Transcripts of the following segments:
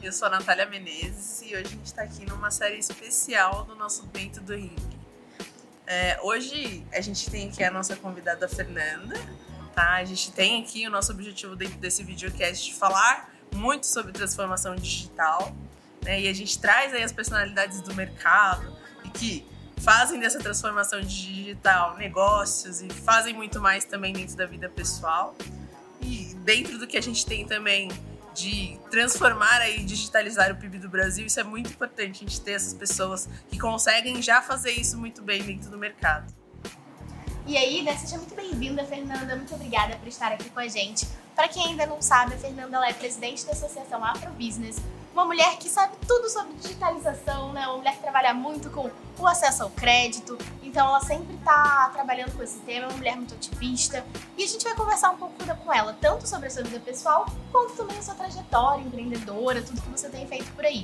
eu sou a Natália Menezes e hoje a gente está aqui numa série especial do nosso Dentro do Ringue. Hoje a gente tem aqui a nossa convidada Fernanda, tá? A gente tem aqui o nosso objetivo dentro desse videocast de falar muito sobre transformação digital, né? E a gente traz aí as personalidades do mercado e que fazem dessa transformação digital negócios e fazem muito mais também dentro da vida pessoal. E dentro do que a gente tem também de transformar e digitalizar o PIB do Brasil, isso é muito importante, a gente ter essas pessoas que conseguem já fazer isso muito bem dentro do mercado. E aí, seja muito bem-vinda, Fernanda, muito obrigada por estar aqui com a gente. Para quem ainda não sabe, a Fernanda ela é presidente da Associação Afrobusiness, uma mulher que sabe tudo sobre digitalização, né? Uma mulher que trabalha muito com o acesso ao crédito, então ela sempre está trabalhando com esse tema, é uma mulher muito ativista, e a gente vai conversar um pouco com ela, tanto sobre a sua vida pessoal, quanto também a sua trajetória empreendedora, tudo que você tem feito por aí.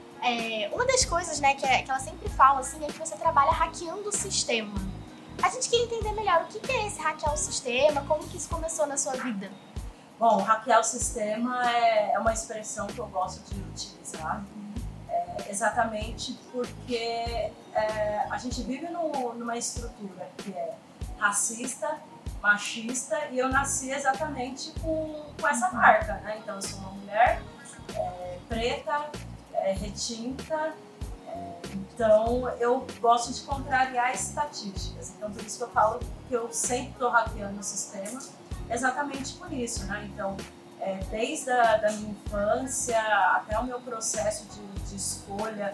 Uma das coisas, né, que ela sempre fala, assim, é que você trabalha hackeando o sistema. A gente quer entender melhor o que é esse hackear o sistema, como que isso começou na sua vida? Bom, hackear o sistema é uma expressão que eu gosto de utilizar, exatamente porque a gente vive numa estrutura que é racista, machista, e eu nasci exatamente com essa marca, né? Então eu sou uma mulher preta, retinta, então eu gosto de contrariar estatísticas, então por isso que eu falo que eu sempre estou hackeando o sistema, exatamente por isso, né? Então, desde a minha infância até o meu processo de escolha,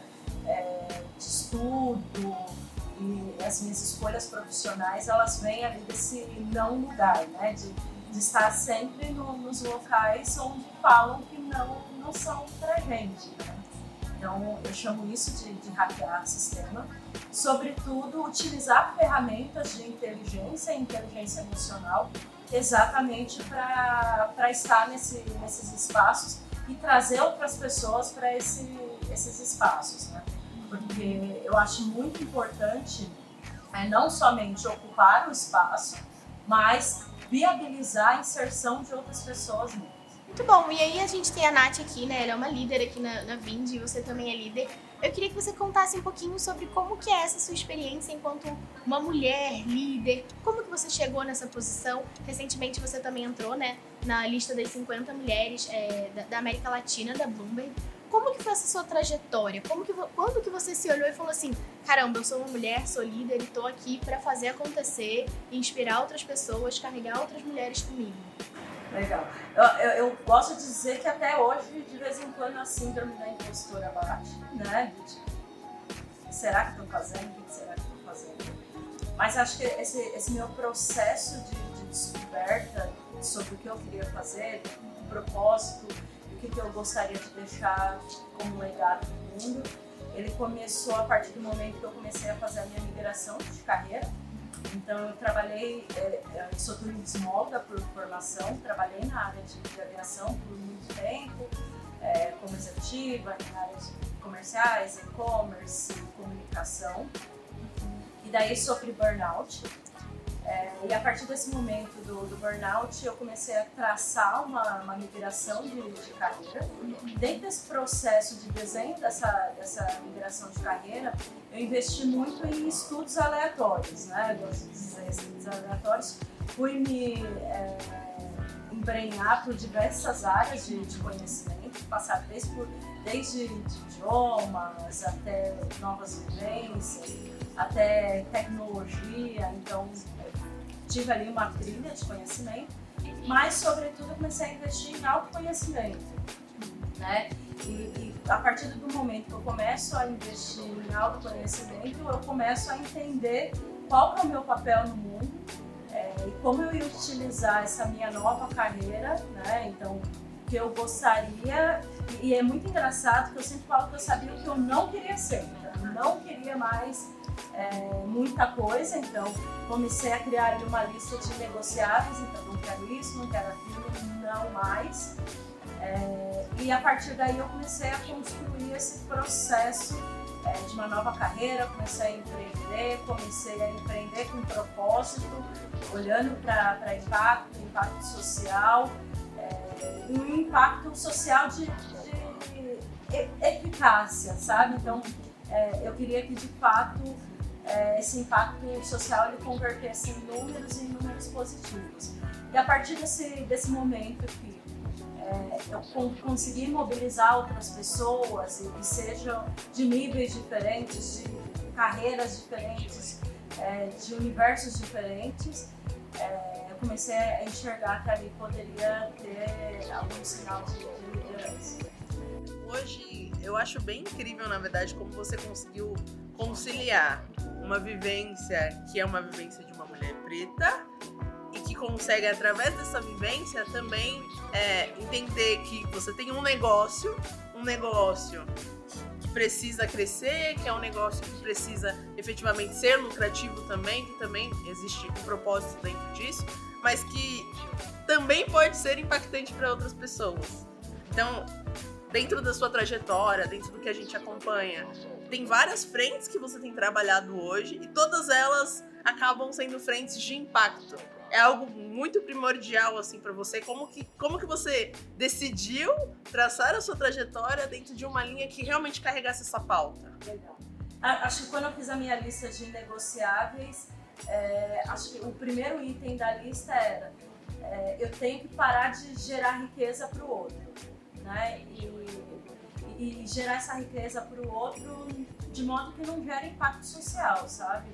de estudo e as minhas escolhas profissionais, elas vêm ali desse não lugar, né? De estar sempre nos locais onde falam que não são pra gente, né? Então, eu chamo isso de hackear o sistema. Sobretudo, utilizar ferramentas de inteligência e inteligência emocional exatamente para estar nesses espaços e trazer outras pessoas para esses espaços, né? Porque eu acho muito importante não somente ocupar o espaço, mas viabilizar a inserção de outras pessoas mesmo. Muito bom, e aí a gente tem a Nath aqui, né? Ela é uma líder aqui na Vind e você também é líder. Eu queria que você contasse um pouquinho sobre como que é essa sua experiência enquanto uma mulher líder, como que você chegou nessa posição. Recentemente você também entrou, né, na lista das 50 mulheres da América Latina, da Bloomberg. Como que foi essa sua trajetória? Quando que você se olhou e falou assim, caramba, eu sou uma mulher, sou líder e tô aqui para fazer acontecer, inspirar outras pessoas, carregar outras mulheres comigo? Legal. Eu gosto de dizer que até hoje, de vez em quando, a síndrome da impostora bate, né? Será que estou fazendo? O que será que estou fazendo? Mas acho que esse meu processo de descoberta sobre o que eu queria fazer, o propósito, o que eu gostaria de deixar como legado no mundo, ele começou a partir do momento que eu comecei a fazer a minha migração de carreira. Então eu trabalhei, sou turismóloga por formação, trabalhei na área de aviação por muito tempo, como executiva, na área de comerciais, e-commerce, comunicação. E daí sofri burnout. E a partir desse momento do burnout, eu comecei a traçar uma migração de carreira. Dentro desse processo de desenho dessa migração de carreira, eu investi muito em estudos aleatórios, né? Eu gosto de dizer estudos aleatórios. Fui me embrenhar por diversas áreas de conhecimento, passar desde idiomas até novas vivências, até tecnologia, então tive ali uma trilha de conhecimento, mas sobretudo comecei a investir em autoconhecimento, né? E a partir do momento que eu começo a investir em autoconhecimento, eu começo a entender qual que é o meu papel no mundo e como eu ia utilizar essa minha nova carreira, né? Então, que eu gostaria, e é muito engraçado que eu sempre falo que eu sabia o que eu não queria ser, então, eu não queria mais muita coisa, então comecei a criar uma lista de negociáveis, então não quero isso, não quero aquilo, não mais. E a partir daí eu comecei a construir esse processo de uma nova carreira, comecei a empreender com propósito, olhando para impacto social, um impacto social eficácia, sabe? Então, eu queria que, de fato, esse impacto social ele convertesse em números positivos. E a partir desse momento que eu consegui mobilizar outras pessoas, e sejam de níveis diferentes, de carreiras diferentes, de universos diferentes, eu comecei a enxergar que ali poderia ter algum sinal de liderança. Hoje, eu acho bem incrível, na verdade, como você conseguiu conciliar uma vivência que é uma vivência de uma mulher preta e que consegue, através dessa vivência, também entender que você tem um negócio que precisa crescer, que é um negócio que precisa efetivamente ser lucrativo também, que também existe um propósito dentro disso, mas que também pode ser impactante para outras pessoas. Então, dentro da sua trajetória, dentro do que a gente acompanha, tem várias frentes que você tem trabalhado hoje e todas elas acabam sendo frentes de impacto. É algo muito primordial assim para você. Como que você decidiu traçar a sua trajetória dentro de uma linha que realmente carregasse essa pauta? Legal. Acho que quando eu fiz a minha lista de negociáveis, acho que o primeiro item da lista era eu tenho que parar de gerar riqueza para o outro, né? E gerar essa riqueza para o outro de modo que não gere impacto social, sabe?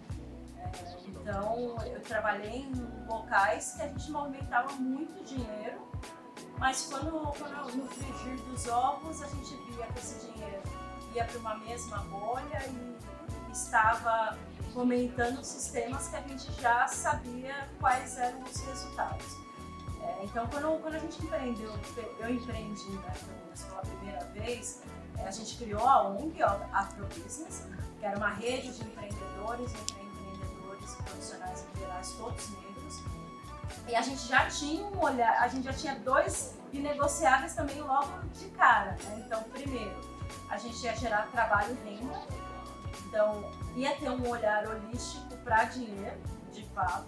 Então, eu trabalhei em locais que a gente movimentava muito dinheiro, mas quando no frigir dos ovos a gente via que esse dinheiro ia para uma mesma bolha e estava fomentando sistemas que a gente já sabia quais eram os resultados. Então, quando a gente empreendeu, eu empreendi, né, pela primeira vez, a gente criou a ONG, a Afrobusiness, que era uma rede de empreendedores profissionais liberais, todos negros, e a gente já tinha um olhar, a gente já tinha dois inegociáveis também logo de cara, né? Então, primeiro, a gente ia gerar trabalho e renda, então ia ter um olhar holístico para dinheiro, de fato,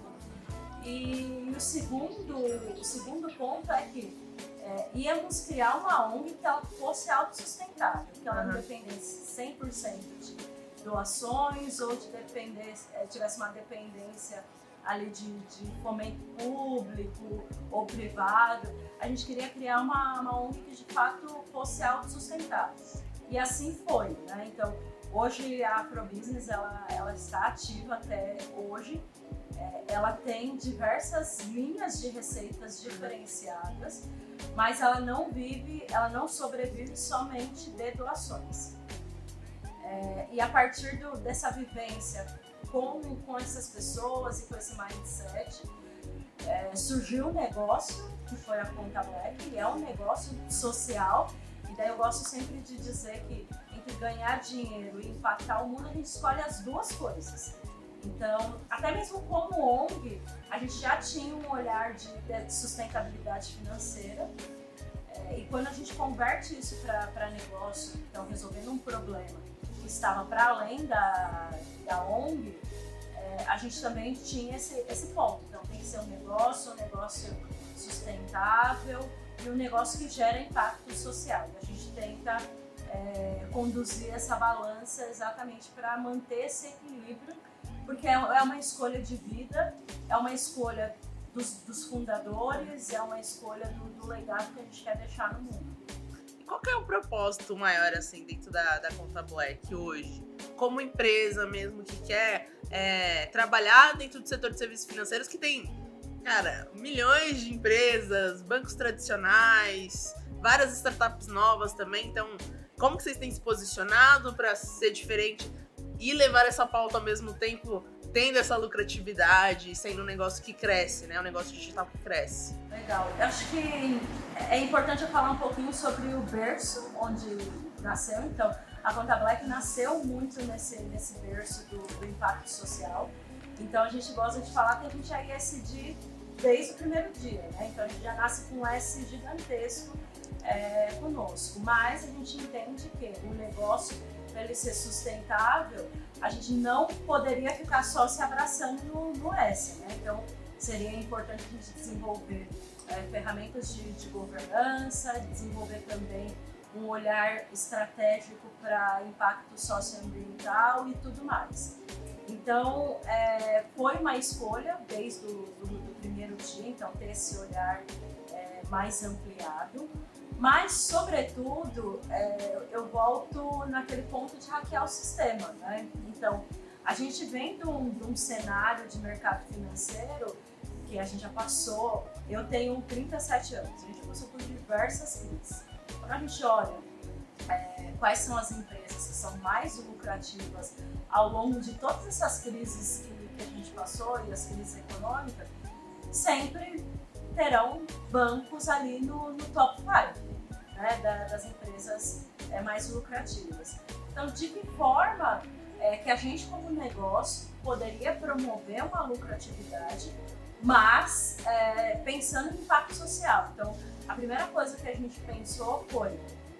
e o segundo ponto é que íamos criar uma ONG que ela fosse autossustentável, que ela não dependesse 100% de doações ou tivesse uma dependência ali de fomento público ou privado. A gente queria criar uma ONG que de fato fosse autossustentável. E assim foi, né? Então, hoje a Afrobusiness ela está ativa até hoje. Ela tem diversas linhas de receitas diferenciadas, mas ela não sobrevive somente de doações. E a partir dessa vivência com essas pessoas e com esse mindset, surgiu um negócio, que foi a Conta Black, que é um negócio social, e daí eu gosto sempre de dizer que entre ganhar dinheiro e impactar o mundo, a gente escolhe as duas coisas. Então, até mesmo como ONG, a gente já tinha um olhar de sustentabilidade financeira, e quando a gente converte isso para negócio, então resolvendo um problema que estava para além da ONG, a gente também tinha esse ponto. Então tem que ser um negócio sustentável e um negócio que gera impacto social. E a gente tenta conduzir essa balança exatamente para manter esse equilíbrio, porque é uma escolha de vida, é uma escolha dos fundadores, é uma escolha do legado que a gente quer deixar no mundo. Qual que é o propósito maior, assim, dentro da Conta Black hoje? Como empresa mesmo que quer trabalhar dentro do setor de serviços financeiros, que tem, cara, milhões de empresas, bancos tradicionais, várias startups novas também. Então, como que vocês têm se posicionado para ser diferente e levar essa pauta ao mesmo tempo, tendo essa lucratividade e sendo um negócio que cresce, né? Um negócio digital que cresce. Legal. Eu acho que é importante eu falar um pouquinho sobre o berço onde nasceu. Então, a Conta Black nasceu muito nesse berço do impacto social. Então, a gente gosta de falar que a gente é ESG desde o primeiro dia, né? Então, a gente já nasce com um S gigantesco conosco. Mas a gente entende que o negócio, para ele ser sustentável, a gente não poderia ficar só se abraçando no S, né? Então, seria importante a gente desenvolver ferramentas de governança, desenvolver também um olhar estratégico para impacto socioambiental e tudo mais. Então, foi uma escolha desde o primeiro dia, então ter esse olhar mais ampliado. Mas, sobretudo, eu volto naquele ponto de hackear o sistema, né? Então, a gente vem de um cenário de mercado financeiro que a gente já passou. Eu tenho 37 anos, a gente passou por diversas crises. Quando a gente olha quais são as empresas que são mais lucrativas ao longo de todas essas crises que a gente passou e as crises econômicas, sempre terão bancos ali no top 5, né, das empresas mais lucrativas. Então, de que forma que a gente, como negócio, poderia promover uma lucratividade, mas pensando em impacto social? Então, a primeira coisa que a gente pensou foi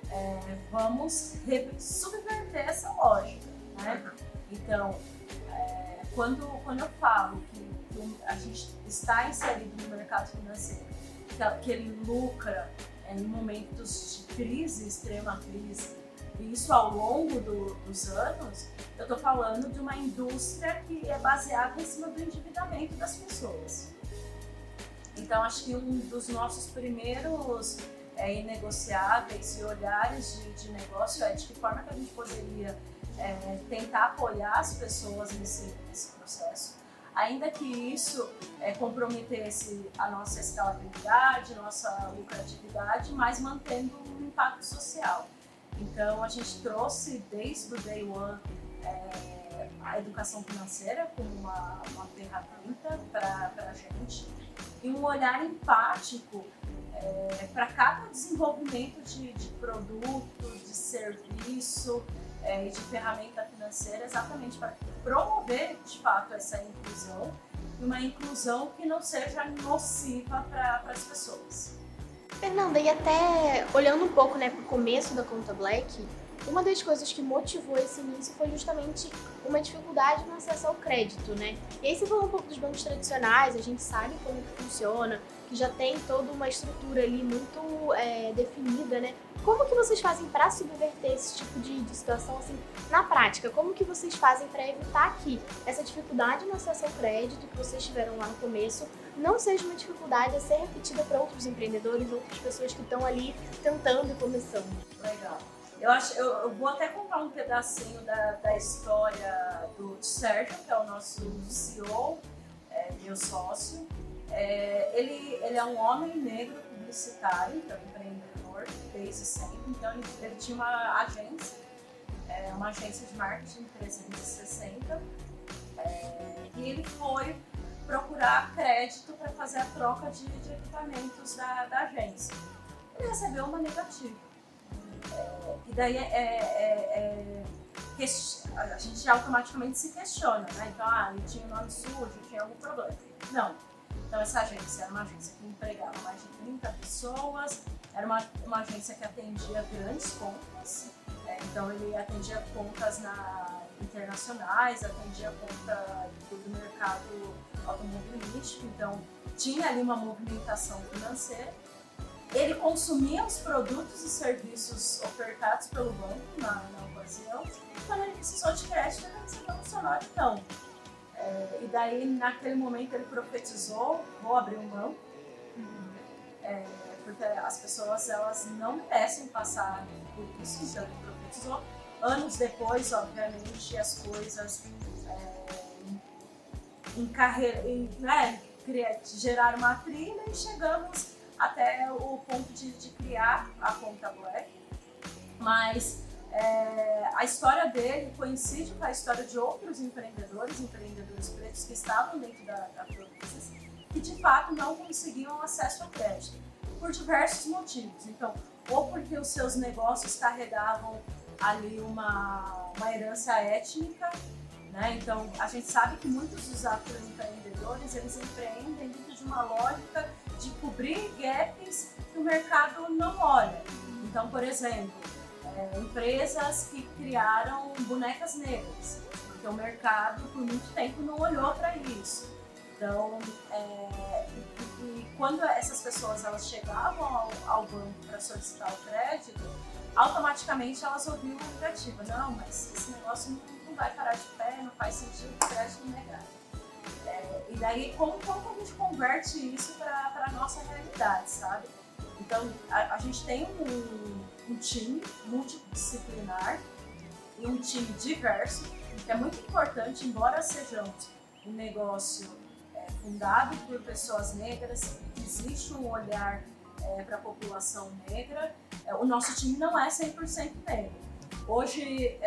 vamos subverter essa lógica, né? Então, quando eu falo que a gente está inserido no mercado financeiro, que ele lucra em momentos de crise, extrema crise, e isso ao longo dos anos, eu estou falando de uma indústria que é baseada em cima do endividamento das pessoas. Então, acho que um dos nossos primeiros inegociáveis e olhares de negócio é de que forma que a gente poderia tentar apoiar as pessoas nesse processo, ainda que isso comprometesse a nossa escalabilidade, nossa lucratividade, mas mantendo um impacto social. Então, a gente trouxe desde o day one a educação financeira como uma ferramenta para a gente e um olhar empático para cada desenvolvimento de produto, de serviço e de ferramenta financeira, exatamente para promover de fato essa inclusão e uma inclusão que não seja nociva para as pessoas. Fernanda, e até olhando um pouco, né, para o começo da Conta Black, uma das coisas que motivou esse início foi justamente uma dificuldade no acesso ao crédito, né? E aí você falou um pouco dos bancos tradicionais, a gente sabe como que funciona, que já tem toda uma estrutura ali muito definida, né? Como que vocês fazem para subverter esse tipo de situação, assim, na prática? Como que vocês fazem para evitar que essa dificuldade no acesso ao crédito que vocês tiveram lá no começo não seja uma dificuldade a ser repetida para outros empreendedores, outras pessoas que estão ali tentando e começando? Legal. Eu vou até contar um pedacinho da história do Sérgio, que é o nosso CEO, meu sócio. Ele é um homem negro publicitário, então empreendedor desde sempre. Então ele tinha uma agência de marketing 360, e ele foi procurar crédito para fazer a troca de equipamentos da agência. Ele recebeu uma negativa. E daí a gente automaticamente se questiona, né? Então, ele tinha nome sujo, tinha algum problema. Não. Então, essa agência era uma agência que empregava mais de 30 pessoas, era uma agência que atendia grandes contas. Então, ele atendia contas internacionais, atendia conta do mercado automobilístico, então tinha ali uma movimentação financeira. Ele consumia os produtos e serviços ofertados pelo banco na ocasião, e quando ele precisou de crédito, ele recebeu um funcionário não. E daí, naquele momento, ele profetizou: vou abrir um banco, porque as pessoas elas não merecem passar por isso, então ele profetizou. Anos depois, obviamente, as coisas geraram uma trilha e chegamos até o ponto de criar a Conta Black. Mas a história dele coincide com a história de outros empreendedores pretos que estavam dentro da ProBusiness, que de fato não conseguiam acesso ao crédito, por diversos motivos. Então, ou porque os seus negócios carregavam ali uma herança étnica, né? Então, a gente sabe que muitos dos afroempreendedores, eles empreendem dentro de uma lógica de cobrir gaps que o mercado não olha. Então, por exemplo, empresas que criaram bonecas negras, porque o mercado por muito tempo não olhou para isso. Então, e quando essas pessoas elas chegavam ao banco para solicitar o crédito, automaticamente elas ouviram a negativa. Não, mas esse negócio não vai parar de pé, não faz sentido, crédito negar. E daí, como que a gente converte isso para a nossa realidade, sabe? Então, a gente tem um time multidisciplinar e um time diverso, que é muito importante, embora sejamos um negócio fundado por pessoas negras, existe um olhar para a população negra, o nosso time não é 100% negro. Hoje,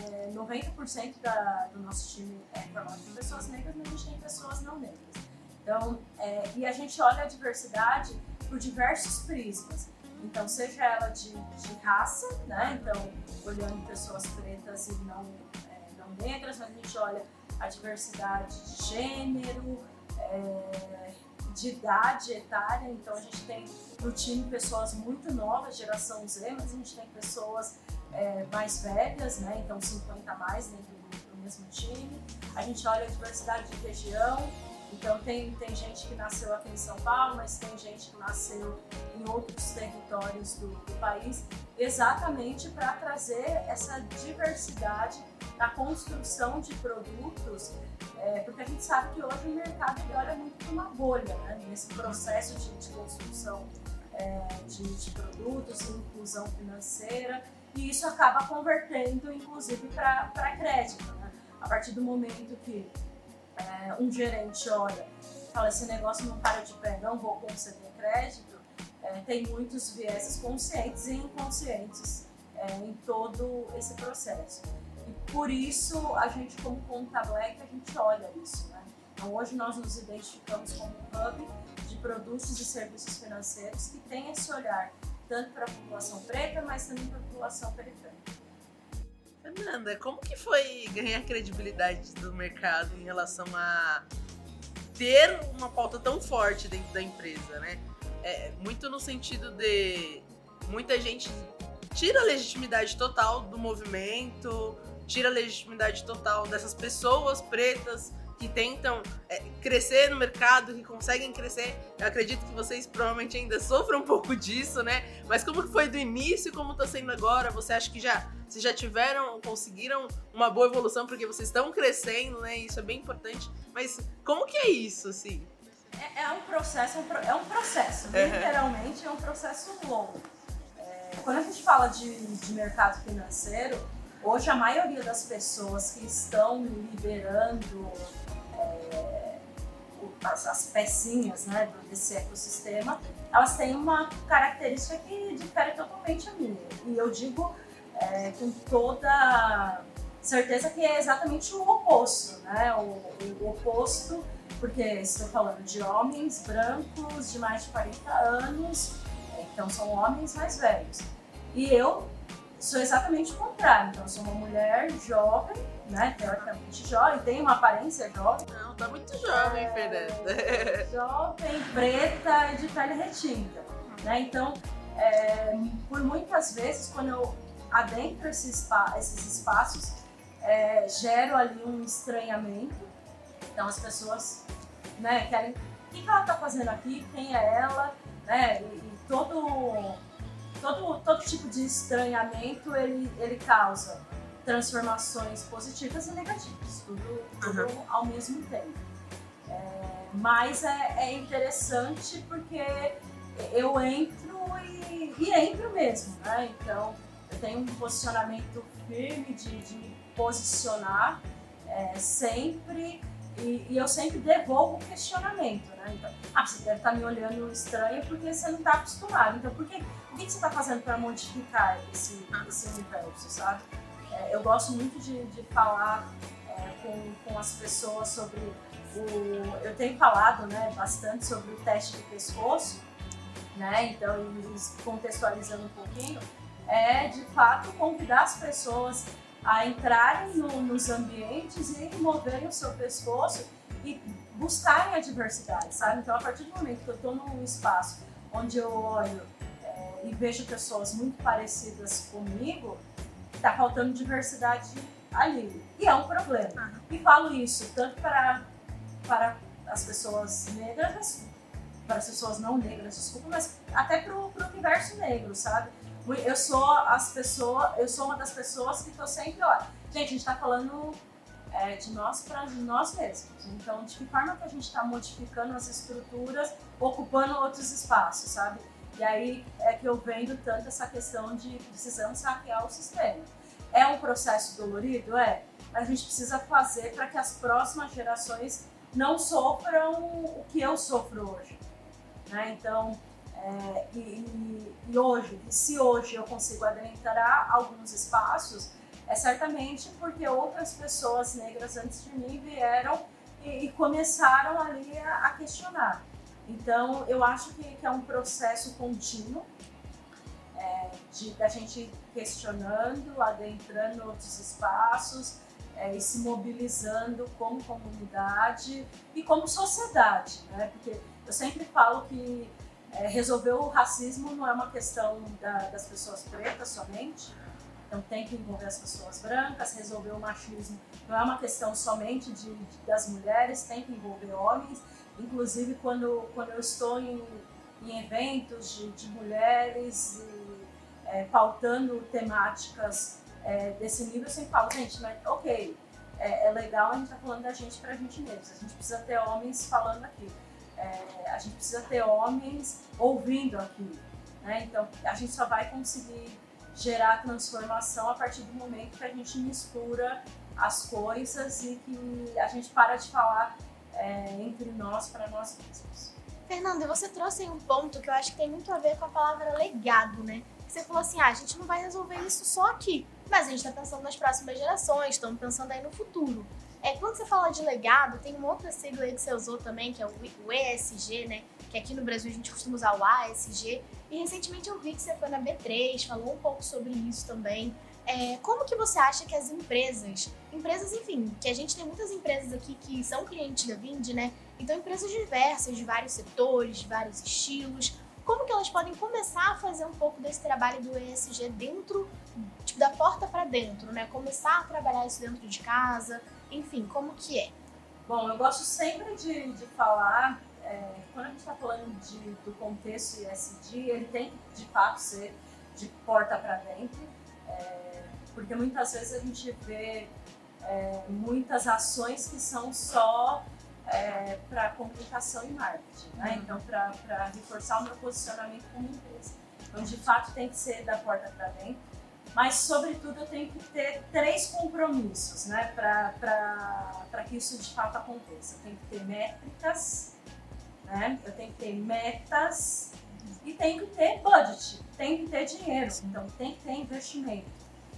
90% do nosso time é formado por pessoas negras, mas a gente tem pessoas não negras. Então, e a gente olha a diversidade por diversos prismas. Então, seja ela de raça, né? Então, olhando pessoas pretas e não negras, mas a gente olha a diversidade de gênero, de idade etária. Então, a gente tem no time pessoas muito novas, geração Z, mas a gente tem pessoas mais velhas, né? Então 50 a mais dentro do mesmo time. A gente olha a diversidade de região, então tem gente que nasceu aqui em São Paulo, mas tem gente que nasceu em outros territórios do país, exatamente para trazer essa diversidade na construção de produtos, porque a gente sabe que hoje o mercado olha muito para uma bolha, né? Nesse processo de construção de produtos, inclusão financeira. E isso acaba convertendo, inclusive, para crédito, né? A partir do momento que um gerente olha e fala, esse negócio não para de pé, não vou conceder crédito, tem muitos vieses conscientes e inconscientes em todo esse processo. E por isso, a gente, como Conta Black, a gente olha isso, né? Então, hoje nós nos identificamos como um hub de produtos e serviços financeiros que tem esse olhar tanto para a população preta, mas também para a população periférica. Fernanda, como que foi ganhar credibilidade do mercado em relação a ter uma pauta tão forte dentro da empresa, né? Muito no sentido de muita gente tira a legitimidade total do movimento, tira a legitimidade total dessas pessoas pretas que tentam crescer no mercado, que conseguem crescer. Eu acredito que vocês provavelmente ainda sofram um pouco disso, né? Mas como que foi do início, como está sendo agora? Você acha que vocês já conseguiram uma boa evolução, porque vocês estão crescendo, né? Isso é bem importante. Mas como que é isso, assim? É um processo, literalmente é um processo longo. Quando a gente fala de mercado financeiro, hoje a maioria das pessoas que estão liderando as pecinhas, né, desse ecossistema, elas têm uma característica que difere totalmente a minha. E eu digo com toda certeza que é exatamente o oposto, né? O oposto, porque estou falando de homens brancos de mais de 40 anos, então são homens mais velhos. E eu sou exatamente o contrário, então eu sou uma mulher jovem, né, teoricamente jovem, tem uma aparência jovem. Não, tá muito jovem, Fernanda. Jovem, preta e de pele retinta, né, então por muitas vezes quando eu adentro esses espaços, gero ali um estranhamento, então as pessoas, né, querem, o que ela tá fazendo aqui, quem é ela, né, e todo tipo de estranhamento ele causa transformações positivas e negativas, tudo ao mesmo tempo. Mas é interessante porque eu entro e entro mesmo, né? Então eu tenho um posicionamento firme de me posicionar sempre. E eu sempre devolvo o questionamento, né? Então, você deve estar me olhando estranho porque você não está acostumado. Então, o que você está fazendo para modificar esse universo, sabe? Eu gosto muito de falar com as pessoas sobre eu tenho falado, né, bastante sobre o teste de pescoço, né? Então, contextualizando um pouquinho, de fato convidar as pessoas a entrarem nos ambientes e moverem o seu pescoço e buscarem a diversidade, sabe? Então, a partir do momento que eu estou num espaço onde eu olho e vejo pessoas muito parecidas comigo, está faltando diversidade ali. E é um problema. E falo isso tanto para as pessoas negras, para as pessoas não negras, desculpa, mas até para o universo negro, sabe? Eu sou uma das pessoas que estou sempre, ó, gente, a gente está falando de nós para nós mesmos. Então, de que forma que a gente está modificando as estruturas, ocupando outros espaços, sabe? E aí é que eu vendo tanto essa questão de precisamos hackear o sistema. É um processo dolorido? É. Mas a gente precisa fazer para que as próximas gerações não sofram o que eu sofro hoje. Né? Então, se hoje eu consigo adentrar alguns espaços, é certamente porque outras pessoas negras antes de mim vieram e começaram ali a questionar. Então, eu acho que é um processo contínuo da gente questionando, adentrando outros espaços e se mobilizando como comunidade e como sociedade, né? Porque eu sempre falo que resolver o racismo não é uma questão das pessoas pretas somente, então tem que envolver as pessoas brancas. Resolver o machismo não é uma questão somente das mulheres, tem que envolver homens. Inclusive, quando eu estou em eventos de mulheres pautando temáticas desse nível, eu sempre falo, gente, mas ok, é legal a gente estar falando da gente pra gente mesmo, a gente precisa ter homens falando aqui, a gente precisa ter homens ouvindo aqui, né? Então, a gente só vai conseguir gerar transformação a partir do momento que a gente mistura as coisas e que a gente para de falar entre nós para nós mesmos. Fernanda, você trouxe aí um ponto que eu acho que tem muito a ver com a palavra legado, né? Você falou assim, a gente não vai resolver isso só aqui, mas a gente está pensando nas próximas gerações, estamos pensando aí no futuro. Quando você fala de legado, tem uma outra sigla aí que você usou também, que é o ESG, né? Que aqui no Brasil a gente costuma usar o ASG. E recentemente eu vi que você foi na B3, falou um pouco sobre isso também. Como que você acha que as empresas, enfim, que a gente tem muitas empresas aqui que são clientes da Vindi, né? Então empresas diversas, de vários setores, de vários estilos, como que elas podem começar a fazer um pouco desse trabalho do ESG dentro, tipo, da porta para dentro, né? Começar a trabalhar isso dentro de casa, enfim, como que é? Bom, eu gosto sempre de falar, quando a gente está falando do contexto ESG, ele tem que, de fato, ser de porta para dentro, porque muitas vezes a gente vê muitas ações que são só para comunicação e marketing, né? Então, para reforçar o meu posicionamento como empresa. Então, de fato, tem que ser da porta para dentro, mas, sobretudo, eu tenho que ter 3 compromissos, né? Para que isso, de fato, aconteça. Eu tenho que ter métricas, né? Eu tenho que ter metas e tenho que ter budget, tenho que ter dinheiro, então tem que ter investimento.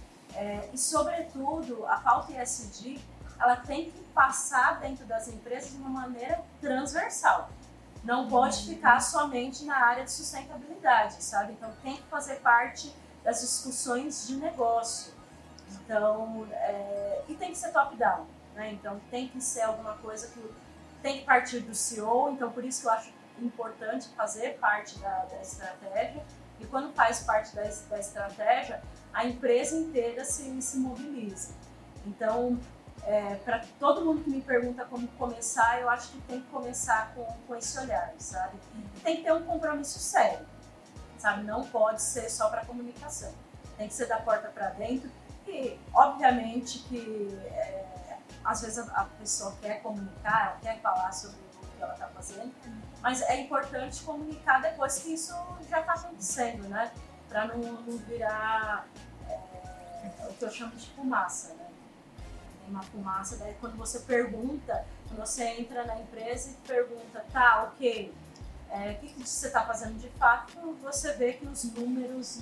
E, sobretudo, a pauta ESG, ela tem que passar dentro das empresas de uma maneira transversal. Não pode ficar somente na área de sustentabilidade, sabe? Então, tem que fazer parte das discussões de negócio. Então, e tem que ser top-down, né? Então, tem que ser alguma coisa que tem que partir do CEO. Então, por isso que eu acho importante fazer parte da estratégia. E quando faz parte da estratégia, a empresa inteira se mobiliza. Então, para todo mundo que me pergunta como começar, eu acho que tem que começar com esse olhar, sabe? Tem que ter um compromisso sério, sabe? Não pode ser só para comunicação. Tem que ser da porta para dentro. E, obviamente, que às vezes a pessoa quer comunicar, ela quer falar sobre o que ela está fazendo, mas é importante comunicar depois que isso já está acontecendo, né? Para não virar o que eu chamo de fumaça, né? Tem uma fumaça, daí quando você pergunta, quando você entra na empresa e pergunta, tá, ok, o que você está fazendo de fato, você vê que os números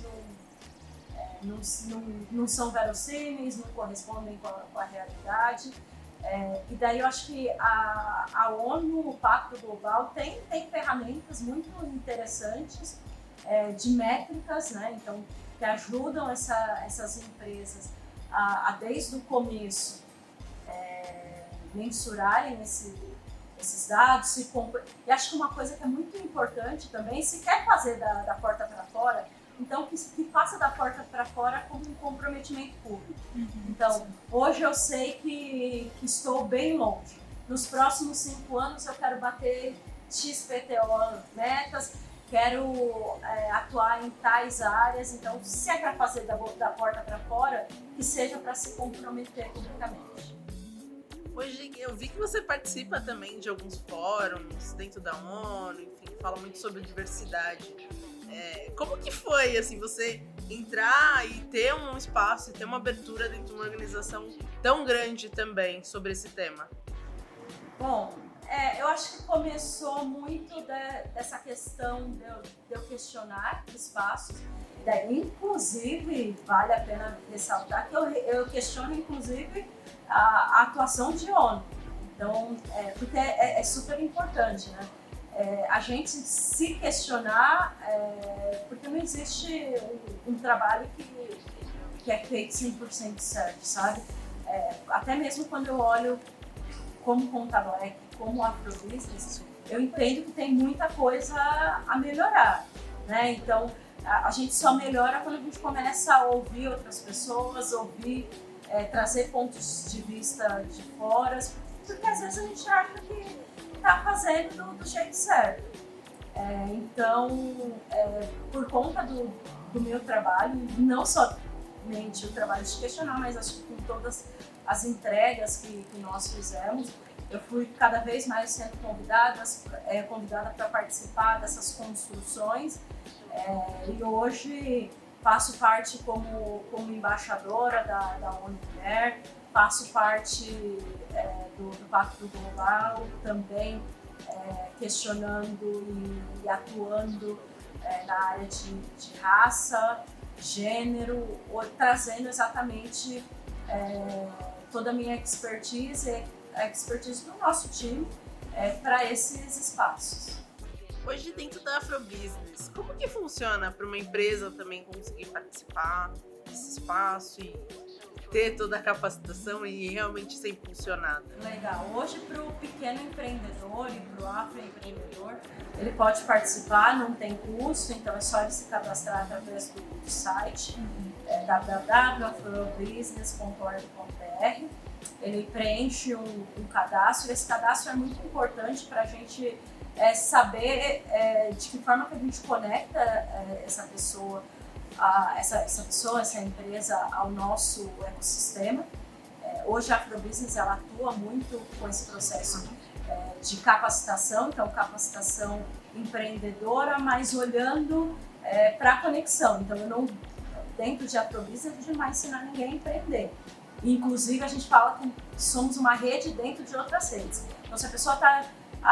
não são verossímeis, não correspondem com a realidade. E daí eu acho que a ONU, o Pacto Global, tem ferramentas muito interessantes de métricas, né? Então, que ajudam essas empresas a desde o começo, mensurarem esses dados. E acho que uma coisa que é muito importante também, se quer fazer da porta para fora, então que faça da porta para fora como um comprometimento público. Então, hoje eu sei que estou bem longe. Nos próximos 5 anos eu quero bater XPTO metas, quero atuar em tais áreas, então se é para fazer da porta para fora, que seja para se comprometer publicamente. Hoje eu vi que você participa também de alguns fóruns dentro da ONU, enfim, fala muito sobre diversidade. Como que foi, assim, você entrar e ter um espaço e ter uma abertura dentro de uma organização tão grande também sobre esse tema? Bom, eu acho que começou muito dessa questão de eu questionar espaços. Daí, inclusive, vale a pena ressaltar que eu questiono, inclusive, a atuação de ONU. Então, porque é super importante, né? A gente se questionar, porque não existe um trabalho que é feito 100% certo, sabe? Até mesmo quando eu olho como Conta Black, como Afrobusiness, eu entendo que tem muita coisa a melhorar, né? Então, a gente só melhora quando a gente começa a ouvir outras pessoas, trazer pontos de vista de fora, porque às vezes a gente acha que está fazendo do jeito certo. Então, por conta do meu trabalho, não somente o trabalho de questionar, mas acho que com todas as entregas que nós fizemos, eu fui cada vez mais sendo convidada para participar dessas construções, e hoje faço parte como embaixadora da ONU Mulher, faço parte do Pacto Global, também questionando e atuando na área de raça, gênero, trazendo exatamente toda a minha expertise, a expertise do nosso time para esses espaços. Hoje, dentro da Afrobusiness, como que funciona para uma empresa também conseguir participar desse espaço e ter toda a capacitação e realmente ser impulsionada? Legal. Hoje, para o pequeno empreendedor e para o afroempreendedor, ele pode participar, não tem custo, então é só ele se cadastrar através do site www.afrobusiness.org.br. Ele preenche um cadastro, e esse cadastro é muito importante para a gente saber de que forma que a gente conecta essa pessoa, essa empresa ao nosso ecossistema. Hoje a Afrobusiness ela atua muito com esse processo de capacitação, então capacitação empreendedora, mas olhando para a conexão. Então dentro de Afrobusiness a gente não vai ensinar ninguém a empreender. Inclusive a gente fala que somos uma rede dentro de outras redes. Então se a pessoa está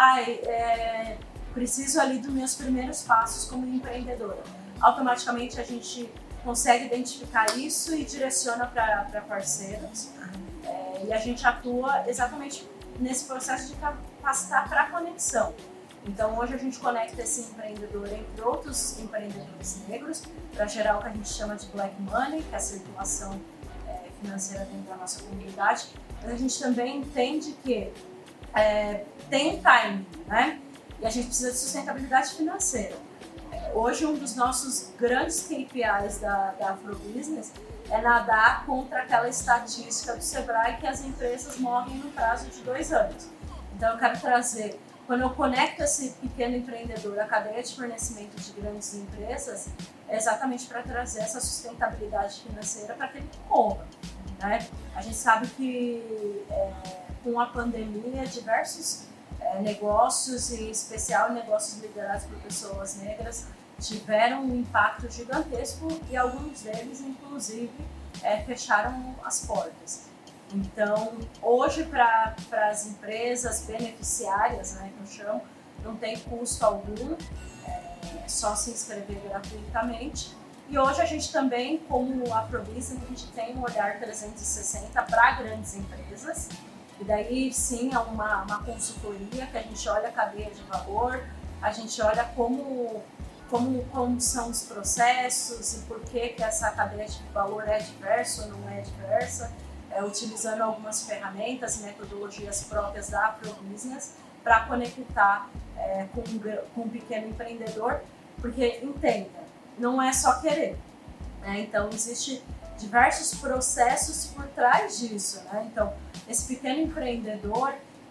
preciso ali dos meus primeiros passos como empreendedora, automaticamente a gente consegue identificar isso e direciona para parceiros, e a gente atua exatamente nesse processo de capacitar para a conexão. Então hoje a gente conecta esse empreendedor entre outros empreendedores negros para gerar o que a gente chama de Black Money, que é a circulação financeira dentro da nossa comunidade, mas a gente também entende que tem um timing, né? E a gente precisa de sustentabilidade financeira. Hoje, um dos nossos grandes KPIs da Afrobusiness é nadar contra aquela estatística do Sebrae que as empresas morrem no prazo de 2 anos. Então, eu quero trazer, quando eu conecto esse pequeno empreendedor à cadeia de fornecimento de grandes empresas, é exatamente para trazer essa sustentabilidade financeira para aquele que compra, né? A gente sabe que com a pandemia, diversos negócios, e em especial negócios liderados por pessoas negras, tiveram um impacto gigantesco e alguns deles, inclusive, fecharam as portas. Então, hoje, para as empresas beneficiárias, né, que eu chamo, não tem custo algum, é só se inscrever gratuitamente. E hoje a gente também, como Afrobusiness, a gente tem um olhar 360 para grandes empresas. E daí, sim, é uma consultoria que a gente olha a cadeia de valor, a gente olha como são os processos e por que essa cadeia de valor é diversa ou não é diversa, utilizando algumas ferramentas e metodologias próprias da Afrobusiness para conectar com um pequeno empreendedor, porque, entenda, não é só querer, né? Então, existe diversos processos por trás disso, né? Então, esse pequeno empreendedor,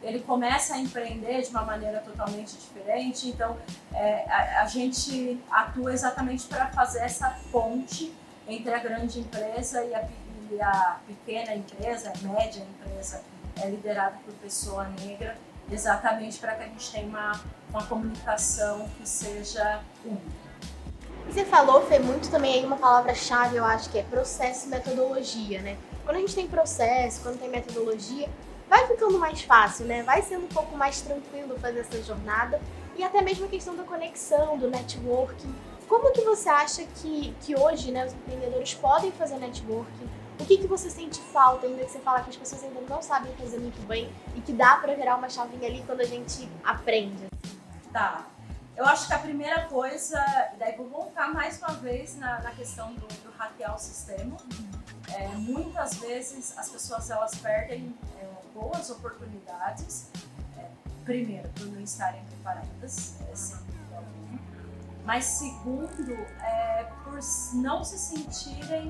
ele começa a empreender de uma maneira totalmente diferente. Então, a gente atua exatamente para fazer essa ponte entre a grande empresa e a pequena empresa, a média empresa, liderada por pessoa negra, exatamente para que a gente tenha uma comunicação que seja única. Você falou, Fê, muito também aí uma palavra-chave, eu acho, que é processo e metodologia, né? Quando a gente tem processo, quando tem metodologia, vai ficando mais fácil, né? Vai sendo um pouco mais tranquilo fazer essa jornada e até mesmo a questão da conexão, do networking. Como que você acha que hoje, né, os empreendedores podem fazer networking? O que você sente falta, ainda que você fala que as pessoas ainda não sabem fazer muito bem e que dá para virar uma chavinha ali quando a gente aprende? Tá. Eu acho que a primeira coisa, e daí vou voltar mais uma vez na questão do hackear o sistema. Muitas vezes as pessoas elas perdem boas oportunidades, primeiro, por não estarem preparadas, sem dúvida alguma, mas segundo, por não se sentirem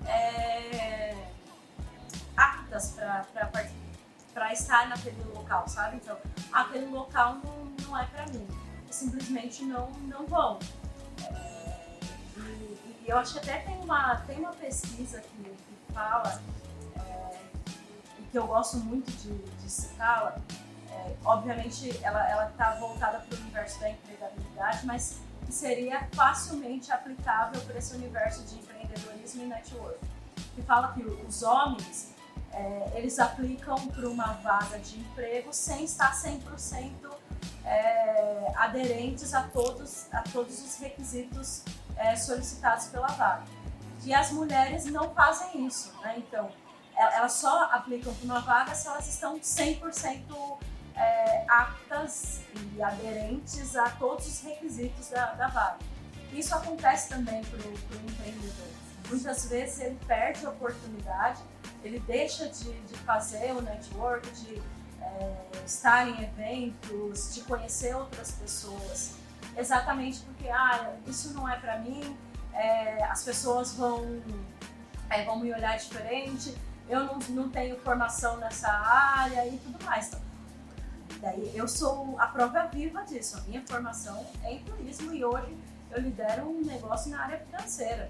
aptas para estar naquele local, sabe? Então, aquele local não é para mim. Simplesmente não vão. E eu acho que até tem uma pesquisa que fala, e que eu gosto muito de citá-la, obviamente ela está voltada para o universo da empregabilidade, mas que seria facilmente aplicável para esse universo de empreendedorismo e network. Que fala que os homens, eles aplicam para uma vaga de emprego sem estar 100% aderentes a todos os requisitos solicitados pela vaga. E as mulheres não fazem isso, né? Então, elas só aplicam para uma vaga se elas estão 100% aptas e aderentes a todos os requisitos da vaga. Isso acontece também para o empreendedor. Muitas vezes ele perde a oportunidade, ele deixa de fazer o network, de estar em eventos, de conhecer outras pessoas, exatamente porque isso não é para mim, as pessoas vão me olhar diferente, eu não tenho formação nessa área e tudo mais. Então, daí eu sou a prova viva disso, a minha formação é em turismo e hoje eu lidero um negócio na área financeira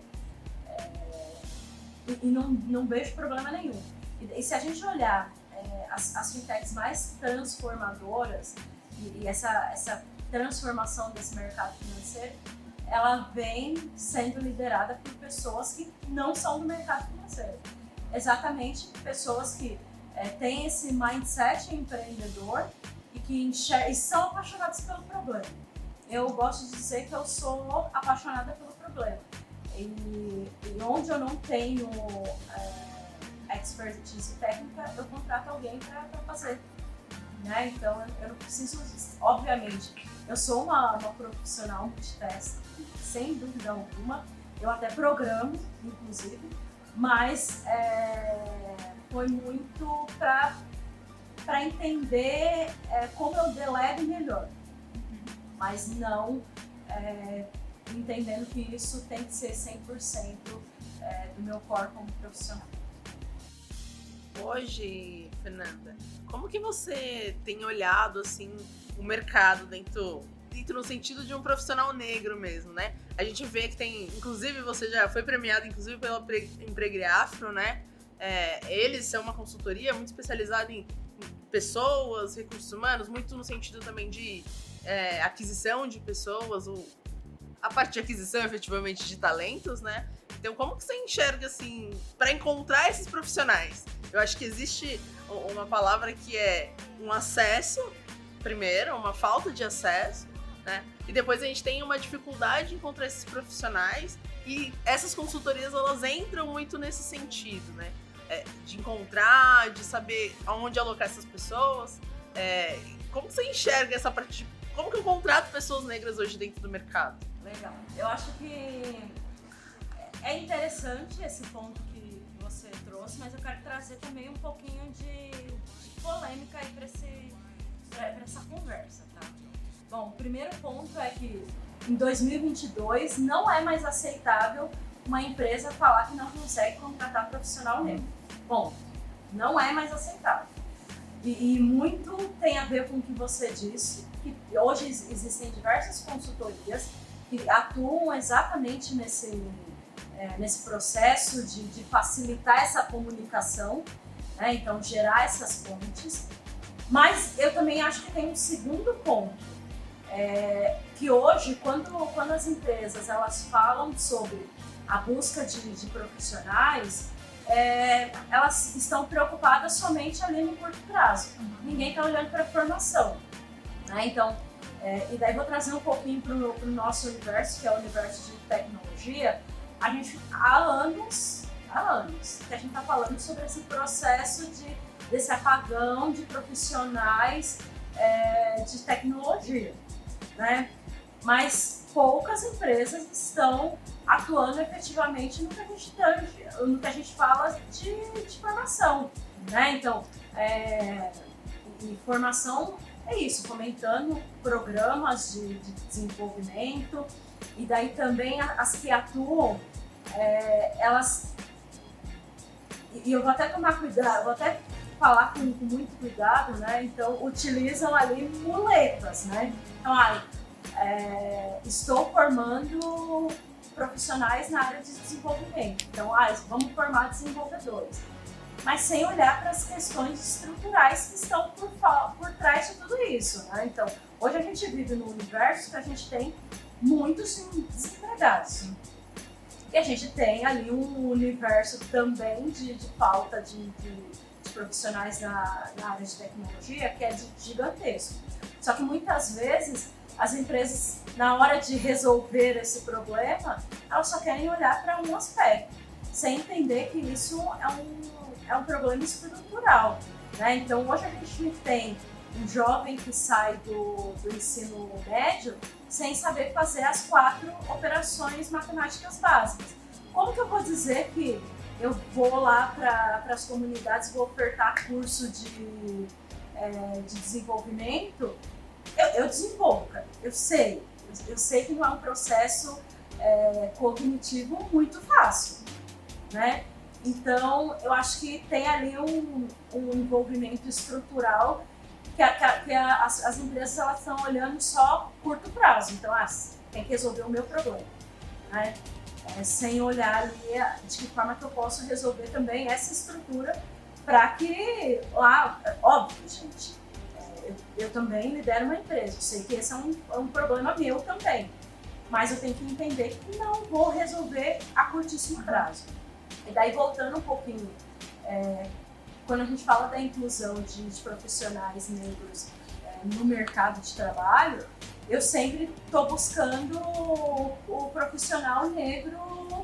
e não vejo problema nenhum. E se a gente olhar as fintechs mais transformadoras e essa transformação desse mercado financeiro, ela vem sendo liderada por pessoas que não são do mercado financeiro. Exatamente pessoas que têm esse mindset empreendedor e que e são apaixonadas pelo problema. Eu gosto de dizer que eu sou apaixonada pelo problema. E onde eu não tenho expertise técnica, eu contrato alguém para fazer. Né? Então, eu não preciso... Obviamente, eu sou uma profissional multitask, sem dúvida alguma. Eu até programo, inclusive, mas foi muito para entender como eu delego melhor. Mas não entendendo que isso tem que ser 100% do meu core como profissional. Hoje, Fernanda, como que você tem olhado assim o mercado dentro no sentido de um profissional negro mesmo, né? A gente vê que tem, inclusive você já foi premiado inclusive pela Empregreafro, né? Eles são uma consultoria muito especializada em pessoas, recursos humanos, muito no sentido também de aquisição de pessoas, a parte de aquisição efetivamente de talentos, né? Então, como que você enxerga, assim, para encontrar esses profissionais? Eu acho que existe uma palavra que é um acesso, primeiro, uma falta de acesso, né? E depois a gente tem uma dificuldade em encontrar esses profissionais e essas consultorias, elas entram muito nesse sentido, né? De encontrar, de saber aonde alocar essas pessoas. Como você enxerga essa parte? Como que eu contrato pessoas negras hoje dentro do mercado? Legal. Eu acho que é interessante esse ponto que você trouxe, mas eu quero trazer também um pouquinho de polêmica aí para essa conversa, tá? Bom, o primeiro ponto é que em 2022 não é mais aceitável uma empresa falar que não consegue contratar profissional negro. Bom, não é mais aceitável. E muito tem a ver com o que você disse, que hoje existem diversas consultorias que atuam exatamente nesse processo de facilitar essa comunicação, né? Então gerar essas pontes. Mas eu também acho que tem um segundo ponto, que hoje, quando as empresas elas falam sobre a busca de profissionais, elas estão preocupadas somente ali no curto prazo. Ninguém está olhando para a formação, né? Então, e daí vou trazer um pouquinho para o nosso universo, que é o universo de tecnologia. A gente, há anos que a gente está falando sobre esse processo desse apagão de profissionais de tecnologia, né? Mas poucas empresas estão atuando efetivamente no que a gente fala de formação, né? Então, e formação é isso, fomentando programas de desenvolvimento, e daí também as que atuam, elas... E eu vou até tomar cuidado, vou até falar com muito cuidado, né? Então, utilizam ali muletas, né? Então, estou formando profissionais na área de desenvolvimento. Então, vamos formar desenvolvedores. Mas sem olhar para as questões estruturais que estão por trás de tudo isso, né? Então, hoje a gente vive num universo que a gente tem muitos desempregados. E a gente tem ali um universo também de falta de profissionais na área de tecnologia que é gigantesco. Só que muitas vezes as empresas, na hora de resolver esse problema, elas só querem olhar para um aspecto, sem entender que isso é um problema estrutural, né? Então hoje a gente tem um jovem que sai do ensino médio sem saber fazer as 4 operações matemáticas básicas. Como que eu vou dizer que eu vou lá para as comunidades, vou ofertar curso de desenvolvimento? Eu desenvolvo, cara. Eu sei que não é um processo cognitivo muito fácil, né? Então, eu acho que tem ali um envolvimento estrutural que as empresas elas estão olhando só curto prazo. Então, tem que resolver o meu problema, né? Sem olhar ali de que forma que eu posso resolver também essa estrutura para que, óbvio, gente, eu também lidero uma empresa, eu sei que esse é um problema meu também, mas eu tenho que entender que não vou resolver a curtíssimo prazo. E daí, voltando um pouquinho, quando a gente fala da inclusão de profissionais negros no mercado de trabalho, eu sempre estou buscando o profissional negro